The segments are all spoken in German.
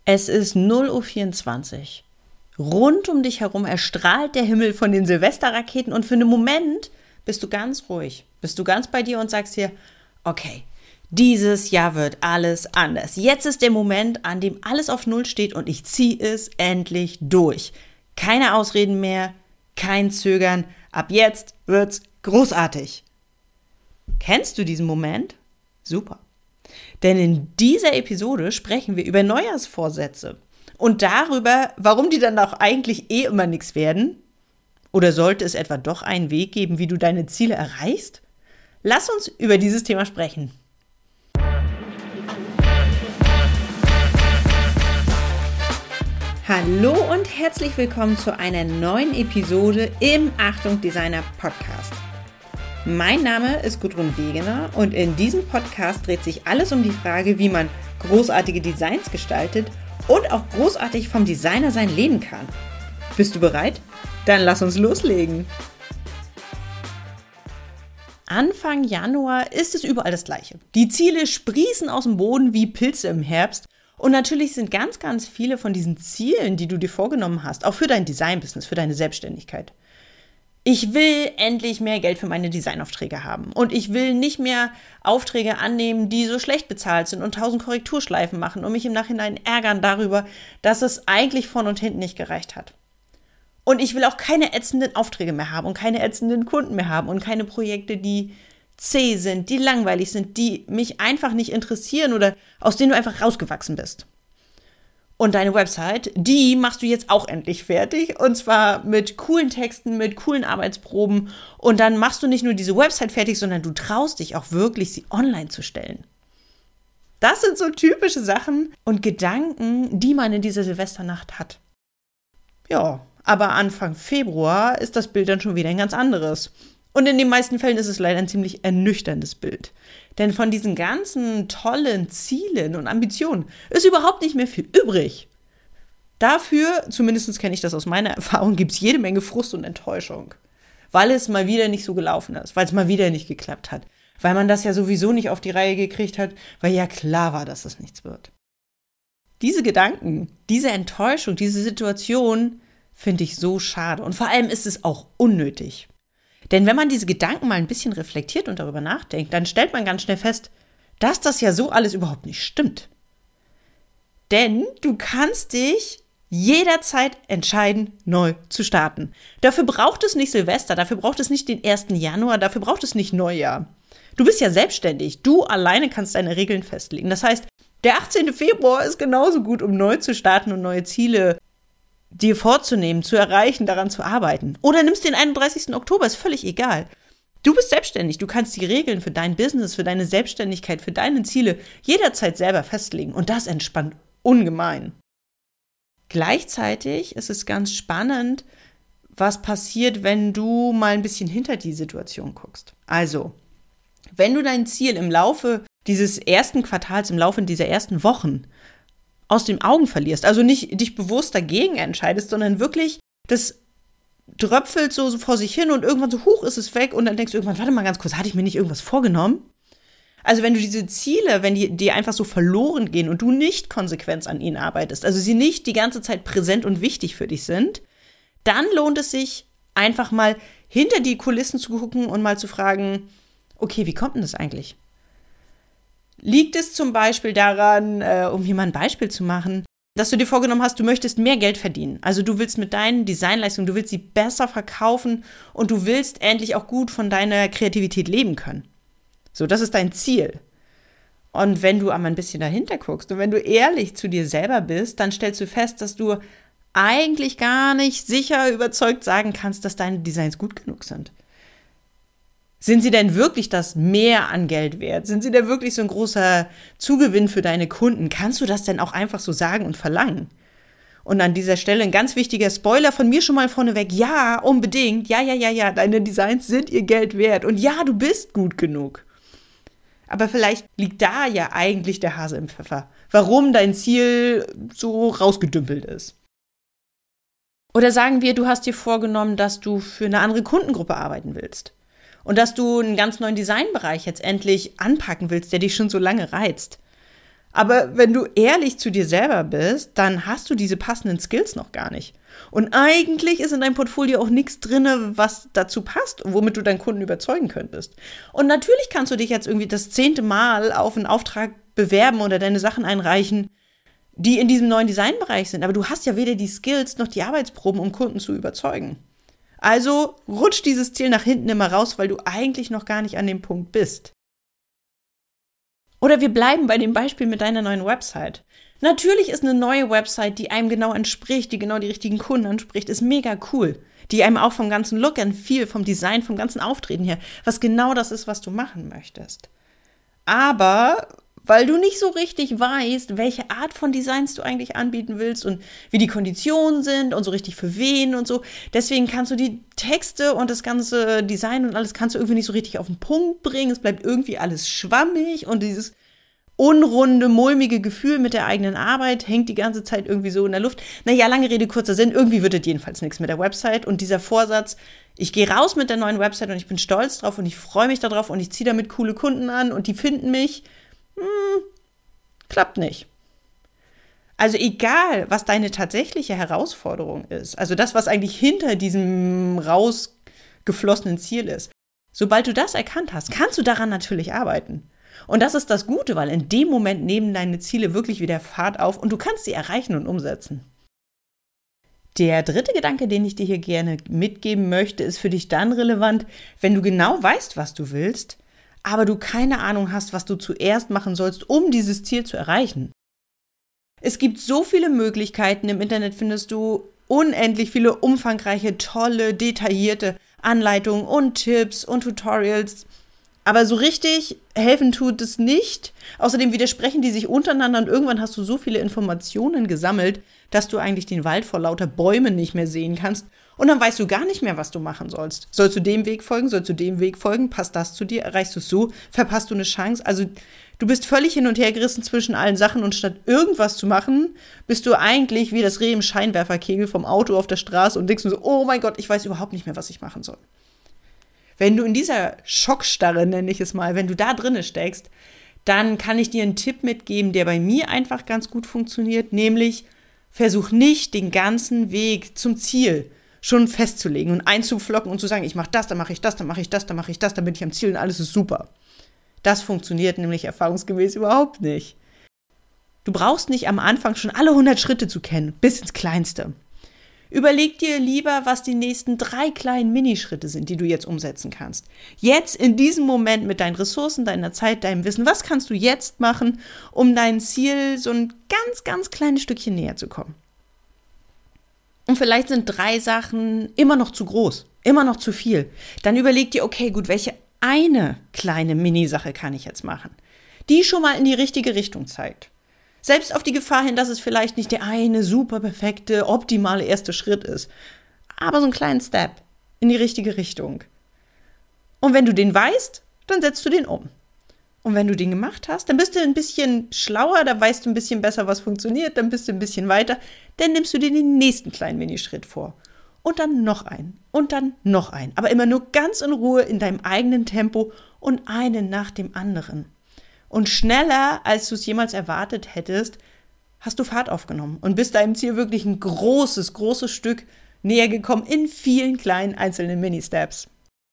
Es ist 0:24 Uhr. Rund um dich herum erstrahlt der Himmel von den Silvesterraketen und für einen Moment bist du ganz ruhig, bist du ganz bei dir und sagst dir, okay, dieses Jahr wird alles anders. Jetzt ist der Moment, an dem alles auf Null steht und ich ziehe es endlich durch. Keine Ausreden mehr, kein Zögern. Ab jetzt wird's großartig. Kennst du diesen Moment? Super. Denn in dieser Episode sprechen wir über Neujahrsvorsätze und darüber, warum die dann auch eigentlich immer nichts werden. Oder sollte es etwa doch einen Weg geben, wie du deine Ziele erreichst? Lass uns über dieses Thema sprechen. Hallo und herzlich willkommen zu einer neuen Episode im Achtung Designer Podcast. Mein Name ist Gudrun Wegener und in diesem Podcast dreht sich alles um die Frage, wie man großartige Designs gestaltet und auch großartig vom Designersein leben kann. Bist du bereit? Dann lass uns loslegen. Anfang Januar ist es überall das Gleiche. Die Ziele sprießen aus dem Boden wie Pilze im Herbst und natürlich sind ganz, ganz viele von diesen Zielen, die du dir vorgenommen hast, auch für dein Designbusiness, für deine Selbstständigkeit. Ich will endlich mehr Geld für meine Designaufträge haben und ich will nicht mehr Aufträge annehmen, die so schlecht bezahlt sind und 1000 Korrekturschleifen machen und mich im Nachhinein ärgern darüber, dass es eigentlich vorn und hinten nicht gereicht hat. Und ich will auch keine ätzenden Aufträge mehr haben und keine ätzenden Kunden mehr haben und keine Projekte, die zäh sind, die langweilig sind, die mich einfach nicht interessieren oder aus denen du einfach rausgewachsen bist. Und deine Website, die machst du jetzt auch endlich fertig und zwar mit coolen Texten, mit coolen Arbeitsproben und dann machst du nicht nur diese Website fertig, sondern du traust dich auch wirklich, sie online zu stellen. Das sind so typische Sachen und Gedanken, die man in dieser Silvesternacht hat. Ja, aber Anfang Februar ist das Bild dann schon wieder ein ganz anderes. Und in den meisten Fällen ist es leider ein ziemlich ernüchterndes Bild. Denn von diesen ganzen tollen Zielen und Ambitionen ist überhaupt nicht mehr viel übrig. Dafür, zumindest kenne ich das aus meiner Erfahrung, gibt es jede Menge Frust und Enttäuschung. Weil es mal wieder nicht so gelaufen ist, weil es mal wieder nicht geklappt hat. Weil man das ja sowieso nicht auf die Reihe gekriegt hat, weil ja klar war, dass es nichts wird. Diese Gedanken, diese Enttäuschung, diese Situation finde ich so schade. Und vor allem ist es auch unnötig. Denn wenn man diese Gedanken mal ein bisschen reflektiert und darüber nachdenkt, dann stellt man ganz schnell fest, dass das ja so alles überhaupt nicht stimmt. Denn du kannst dich jederzeit entscheiden, neu zu starten. Dafür braucht es nicht Silvester, dafür braucht es nicht den 1. Januar, dafür braucht es nicht Neujahr. Du bist ja selbstständig, du alleine kannst deine Regeln festlegen. Das heißt, der 18. Februar ist genauso gut, um neu zu starten und neue Ziele dir vorzunehmen, zu erreichen, daran zu arbeiten. Oder nimmst den 31. Oktober, ist völlig egal. Du bist selbstständig, du kannst die Regeln für dein Business, für deine Selbstständigkeit, für deine Ziele jederzeit selber festlegen und das entspannt ungemein. Gleichzeitig ist es ganz spannend, was passiert, wenn du mal ein bisschen hinter die Situation guckst. Also, wenn du dein Ziel im Laufe dieses ersten Quartals, im Laufe dieser ersten Wochen aus den Augen verlierst, also nicht dich bewusst dagegen entscheidest, sondern wirklich, das tröpfelt so vor sich hin und irgendwann so, huch, ist es weg und dann denkst du irgendwann, warte mal ganz kurz, hatte ich mir nicht irgendwas vorgenommen? Also wenn du diese Ziele, wenn die einfach so verloren gehen und du nicht konsequent an ihnen arbeitest, also sie nicht die ganze Zeit präsent und wichtig für dich sind, dann lohnt es sich einfach mal hinter die Kulissen zu gucken und mal zu fragen, okay, wie kommt denn das eigentlich? Liegt es zum Beispiel daran, um hier mal ein Beispiel zu machen, dass du dir vorgenommen hast, du möchtest mehr Geld verdienen. Also du willst mit deinen Designleistungen, du willst sie besser verkaufen und du willst endlich auch gut von deiner Kreativität leben können. So, das ist dein Ziel. Und wenn du einmal ein bisschen dahinter guckst und wenn du ehrlich zu dir selber bist, dann stellst du fest, dass du eigentlich gar nicht sicher überzeugt sagen kannst, dass deine Designs gut genug sind. Sind sie denn wirklich das Mehr an Geld wert? Sind sie denn wirklich so ein großer Zugewinn für deine Kunden? Kannst du das denn auch einfach so sagen und verlangen? Und an dieser Stelle ein ganz wichtiger Spoiler von mir schon mal vorneweg. Ja, unbedingt. Ja, deine Designs sind ihr Geld wert. Und ja, du bist gut genug. Aber vielleicht liegt da ja eigentlich der Hase im Pfeffer. Warum dein Ziel so rausgedümpelt ist. Oder sagen wir, du hast dir vorgenommen, dass du für eine andere Kundengruppe arbeiten willst. Und dass du einen ganz neuen Designbereich jetzt endlich anpacken willst, der dich schon so lange reizt. Aber wenn du ehrlich zu dir selber bist, dann hast du diese passenden Skills noch gar nicht. Und eigentlich ist in deinem Portfolio auch nichts drin, was dazu passt, womit du deinen Kunden überzeugen könntest. Und natürlich kannst du dich jetzt irgendwie das 10. Mal auf einen Auftrag bewerben oder deine Sachen einreichen, die in diesem neuen Designbereich sind. Aber du hast ja weder die Skills noch die Arbeitsproben, um Kunden zu überzeugen. Also rutscht dieses Ziel nach hinten immer raus, weil du eigentlich noch gar nicht an dem Punkt bist. Oder wir bleiben bei dem Beispiel mit deiner neuen Website. Natürlich ist eine neue Website, die einem genau entspricht, die genau die richtigen Kunden anspricht, ist mega cool. Die einem auch vom ganzen Look and Feel, vom Design, vom ganzen Auftreten her, was genau das ist, was du machen möchtest. Aber weil du nicht so richtig weißt, welche Art von Designs du eigentlich anbieten willst und wie die Konditionen sind und so richtig für wen und so. Deswegen kannst du die Texte und das ganze Design und alles kannst du irgendwie nicht so richtig auf den Punkt bringen. Es bleibt irgendwie alles schwammig und dieses unrunde, mulmige Gefühl mit der eigenen Arbeit hängt die ganze Zeit irgendwie so in der Luft. Naja, lange Rede, kurzer Sinn, irgendwie wird es jedenfalls nichts mit der Website. Und dieser Vorsatz, ich gehe raus mit der neuen Website und ich bin stolz drauf und ich freue mich darauf und ich ziehe damit coole Kunden an und die finden mich, klappt nicht. Also egal, was deine tatsächliche Herausforderung ist, also das, was eigentlich hinter diesem rausgeflossenen Ziel ist, sobald du das erkannt hast, kannst du daran natürlich arbeiten. Und das ist das Gute, weil in dem Moment nehmen deine Ziele wirklich wieder Fahrt auf und du kannst sie erreichen und umsetzen. Der dritte Gedanke, den ich dir hier gerne mitgeben möchte, ist für dich dann relevant, wenn du genau weißt, was du willst, aber du keine Ahnung hast, was du zuerst machen sollst, um dieses Ziel zu erreichen. Es gibt so viele Möglichkeiten, im Internet findest du unendlich viele umfangreiche, tolle, detaillierte Anleitungen und Tipps und Tutorials. Aber so richtig helfen tut es nicht. Außerdem widersprechen die sich untereinander und irgendwann hast du so viele Informationen gesammelt, dass du eigentlich den Wald vor lauter Bäumen nicht mehr sehen kannst. Und dann weißt du gar nicht mehr, was du machen sollst. Sollst du dem Weg folgen? Sollst du dem Weg folgen? Passt das zu dir? Erreichst du es so? Verpasst du eine Chance? Also du bist völlig hin und her gerissen zwischen allen Sachen und statt irgendwas zu machen, bist du eigentlich wie das Reh im Scheinwerferkegel vom Auto auf der Straße und denkst nur so, oh mein Gott, ich weiß überhaupt nicht mehr, was ich machen soll. Wenn du in dieser Schockstarre, nenne ich es mal, wenn du da drinne steckst, dann kann ich dir einen Tipp mitgeben, der bei mir einfach ganz gut funktioniert, nämlich versuch nicht den ganzen Weg zum Ziel schon festzulegen und einzuflocken und zu sagen, ich mache das, dann mache ich das, dann mache ich das, dann mache ich das, dann bin ich am Ziel und alles ist super. Das funktioniert nämlich erfahrungsgemäß überhaupt nicht. Du brauchst nicht am Anfang schon alle 100 Schritte zu kennen, bis ins Kleinste. Überleg dir lieber, was die nächsten 3 kleinen Minischritte sind, die du jetzt umsetzen kannst. Jetzt in diesem Moment mit deinen Ressourcen, deiner Zeit, deinem Wissen, was kannst du jetzt machen, um dein Ziel so ein ganz, ganz kleines Stückchen näher zu kommen? Und vielleicht sind 3 Sachen immer noch zu groß, immer noch zu viel. Dann überleg dir, okay, gut, welche eine kleine Mini-Sache kann ich jetzt machen, die schon mal in die richtige Richtung zeigt. Selbst auf die Gefahr hin, dass es vielleicht nicht der eine super perfekte, optimale erste Schritt ist, aber so einen kleinen Step in die richtige Richtung. Und wenn du den weißt, dann setzt du den um. Und wenn du den gemacht hast, dann bist du ein bisschen schlauer, dann weißt du ein bisschen besser, was funktioniert, dann bist du ein bisschen weiter, dann nimmst du dir den nächsten kleinen Minischritt vor. Und dann noch einen und dann noch einen. Aber immer nur ganz in Ruhe in deinem eigenen Tempo und einen nach dem anderen. Und schneller, als du es jemals erwartet hättest, hast du Fahrt aufgenommen und bist deinem Ziel wirklich ein großes, großes Stück näher gekommen in vielen kleinen einzelnen Mini-Steps.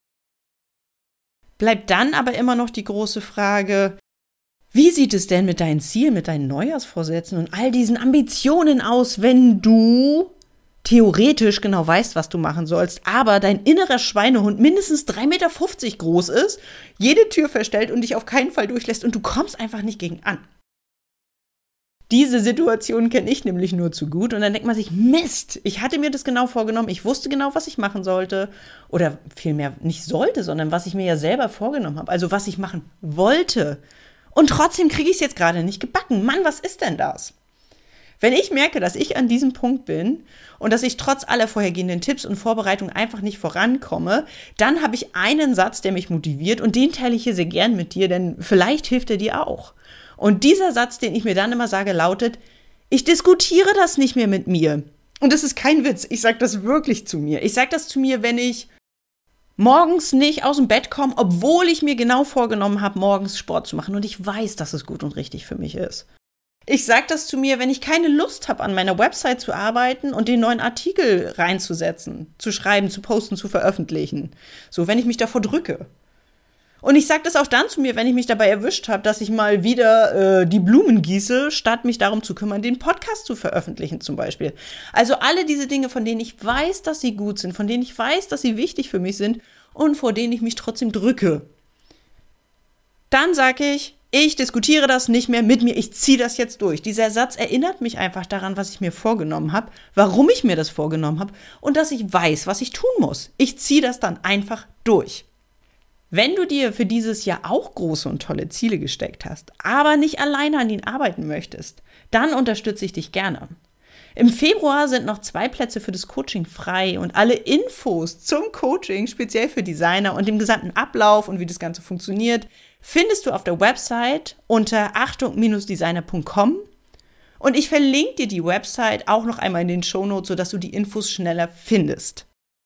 Bleibt dann aber immer noch die große Frage, wie sieht es denn mit deinen Zielen, mit deinen Neujahrsvorsätzen und all diesen Ambitionen aus, wenn du theoretisch genau weißt, was du machen sollst, aber dein innerer Schweinehund mindestens 3,50 Meter groß ist, jede Tür verstellt und dich auf keinen Fall durchlässt und du kommst einfach nicht gegen an. Diese Situation kenne ich nämlich nur zu gut und dann denkt man sich, Mist, ich hatte mir das genau vorgenommen, ich wusste genau, was ich machen sollte oder vielmehr nicht sollte, sondern was ich mir ja selber vorgenommen habe, also was ich machen wollte und trotzdem kriege ich es jetzt gerade nicht gebacken. Mann, was ist denn das? Wenn ich merke, dass ich an diesem Punkt bin und dass ich trotz aller vorhergehenden Tipps und Vorbereitungen einfach nicht vorankomme, dann habe ich einen Satz, der mich motiviert und den teile ich hier sehr gern mit dir, denn vielleicht hilft er dir auch. Und dieser Satz, den ich mir dann immer sage, lautet, ich diskutiere das nicht mehr mit mir. Und das ist kein Witz, ich sage das wirklich zu mir. Ich sage das zu mir, wenn ich morgens nicht aus dem Bett komme, obwohl ich mir genau vorgenommen habe, morgens Sport zu machen und ich weiß, dass es gut und richtig für mich ist. Ich sage das zu mir, wenn ich keine Lust habe, an meiner Website zu arbeiten und den neuen Artikel reinzusetzen, zu schreiben, zu posten, zu veröffentlichen. So, wenn ich mich davor drücke. Und ich sage das auch dann zu mir, wenn ich mich dabei erwischt habe, dass ich mal wieder die Blumen gieße, statt mich darum zu kümmern, den Podcast zu veröffentlichen zum Beispiel. Also alle diese Dinge, von denen ich weiß, dass sie gut sind, von denen ich weiß, dass sie wichtig für mich sind und vor denen ich mich trotzdem drücke. Dann sage ich diskutiere das nicht mehr mit mir, ich ziehe das jetzt durch. Dieser Satz erinnert mich einfach daran, was ich mir vorgenommen habe, warum ich mir das vorgenommen habe und dass ich weiß, was ich tun muss. Ich ziehe das dann einfach durch. Wenn du dir für dieses Jahr auch große und tolle Ziele gesteckt hast, aber nicht alleine an ihnen arbeiten möchtest, dann unterstütze ich dich gerne. Im Februar sind noch 2 Plätze für das Coaching frei und alle Infos zum Coaching, speziell für Designer und dem gesamten Ablauf und wie das Ganze funktioniert, findest du auf der Website unter achtung-designer.com und ich verlinke dir die Website auch noch einmal in den Shownotes, sodass du die Infos schneller findest.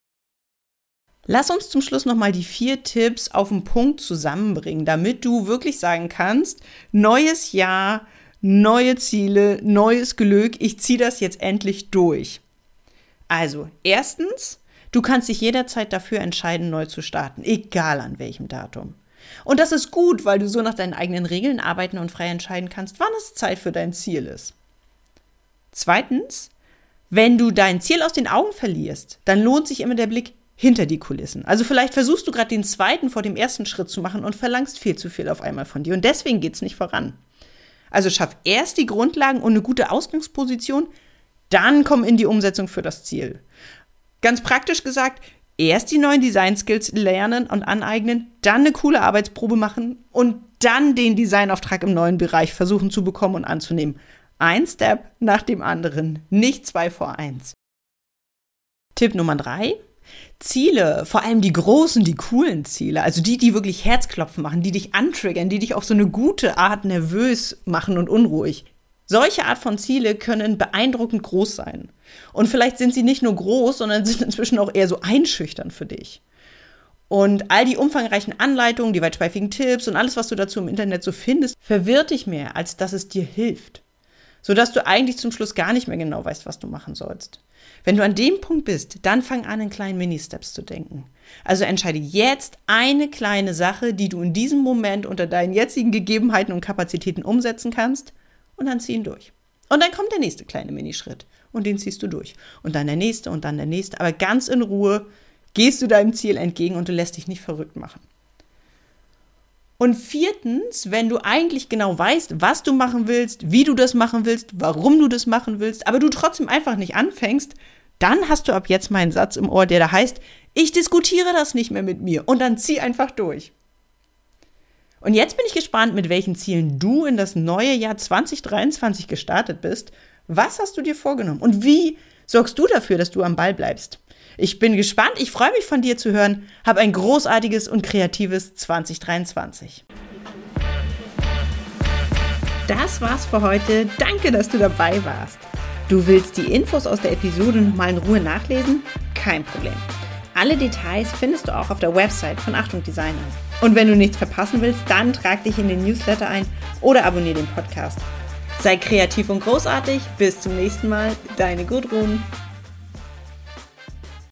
Lass uns zum Schluss nochmal die 4 Tipps auf den Punkt zusammenbringen, damit du wirklich sagen kannst, neues Jahr, neue Ziele, neues Glück, ich ziehe das jetzt endlich durch. Also, erstens, du kannst dich jederzeit dafür entscheiden, neu zu starten, egal an welchem Datum. Und das ist gut, weil du so nach deinen eigenen Regeln arbeiten und frei entscheiden kannst, wann es Zeit für dein Ziel ist. Zweitens, wenn du dein Ziel aus den Augen verlierst, dann lohnt sich immer der Blick hinter die Kulissen. Also vielleicht versuchst du gerade den zweiten vor dem ersten Schritt zu machen und verlangst viel zu viel auf einmal von dir. Und deswegen geht es nicht voran. Also schaff erst die Grundlagen und eine gute Ausgangsposition, dann komm in die Umsetzung für das Ziel. Ganz praktisch gesagt, erst die neuen Design-Skills lernen und aneignen, dann eine coole Arbeitsprobe machen und dann den Designauftrag im neuen Bereich versuchen zu bekommen und anzunehmen. Ein Step nach dem anderen, nicht 2 vor 1. Tipp Nummer 3. Ziele, vor allem die großen, die coolen Ziele, also die wirklich Herzklopfen machen, die dich antriggern, die dich auf so eine gute Art nervös machen und unruhig. Solche Art von Ziele können beeindruckend groß sein. Und vielleicht sind sie nicht nur groß, sondern sind inzwischen auch eher so einschüchternd für dich. Und all die umfangreichen Anleitungen, die weitschweifigen Tipps und alles, was du dazu im Internet so findest, verwirrt dich mehr, als dass es dir hilft. Sodass du eigentlich zum Schluss gar nicht mehr genau weißt, was du machen sollst. Wenn du an dem Punkt bist, dann fang an, in kleinen Mini-Steps zu denken. Also entscheide jetzt eine kleine Sache, die du in diesem Moment unter deinen jetzigen Gegebenheiten und Kapazitäten umsetzen kannst und dann zieh ihn durch. Und dann kommt der nächste kleine Minischritt und den ziehst du durch. Und dann der nächste und dann der nächste. Aber ganz in Ruhe gehst du deinem Ziel entgegen und du lässt dich nicht verrückt machen. Und 4, wenn du eigentlich genau weißt, was du machen willst, wie du das machen willst, warum du das machen willst, aber du trotzdem einfach nicht anfängst, dann hast du ab jetzt meinen Satz im Ohr, der da heißt, ich diskutiere das nicht mehr mit mir und dann zieh einfach durch. Und jetzt bin ich gespannt, mit welchen Zielen du in das neue Jahr 2023 gestartet bist. Was hast du dir vorgenommen und wie sorgst du dafür, dass du am Ball bleibst? Ich bin gespannt, ich freue mich von dir zu hören. Hab ein großartiges und kreatives 2023. Das war's für heute. Danke, dass du dabei warst. Du willst die Infos aus der Episode nochmal in Ruhe nachlesen? Kein Problem. Alle Details findest du auch auf der Website von Achtung Designer. Und wenn du nichts verpassen willst, dann trag dich in den Newsletter ein oder abonniere den Podcast. Sei kreativ und großartig. Bis zum nächsten Mal. Deine Gudrun.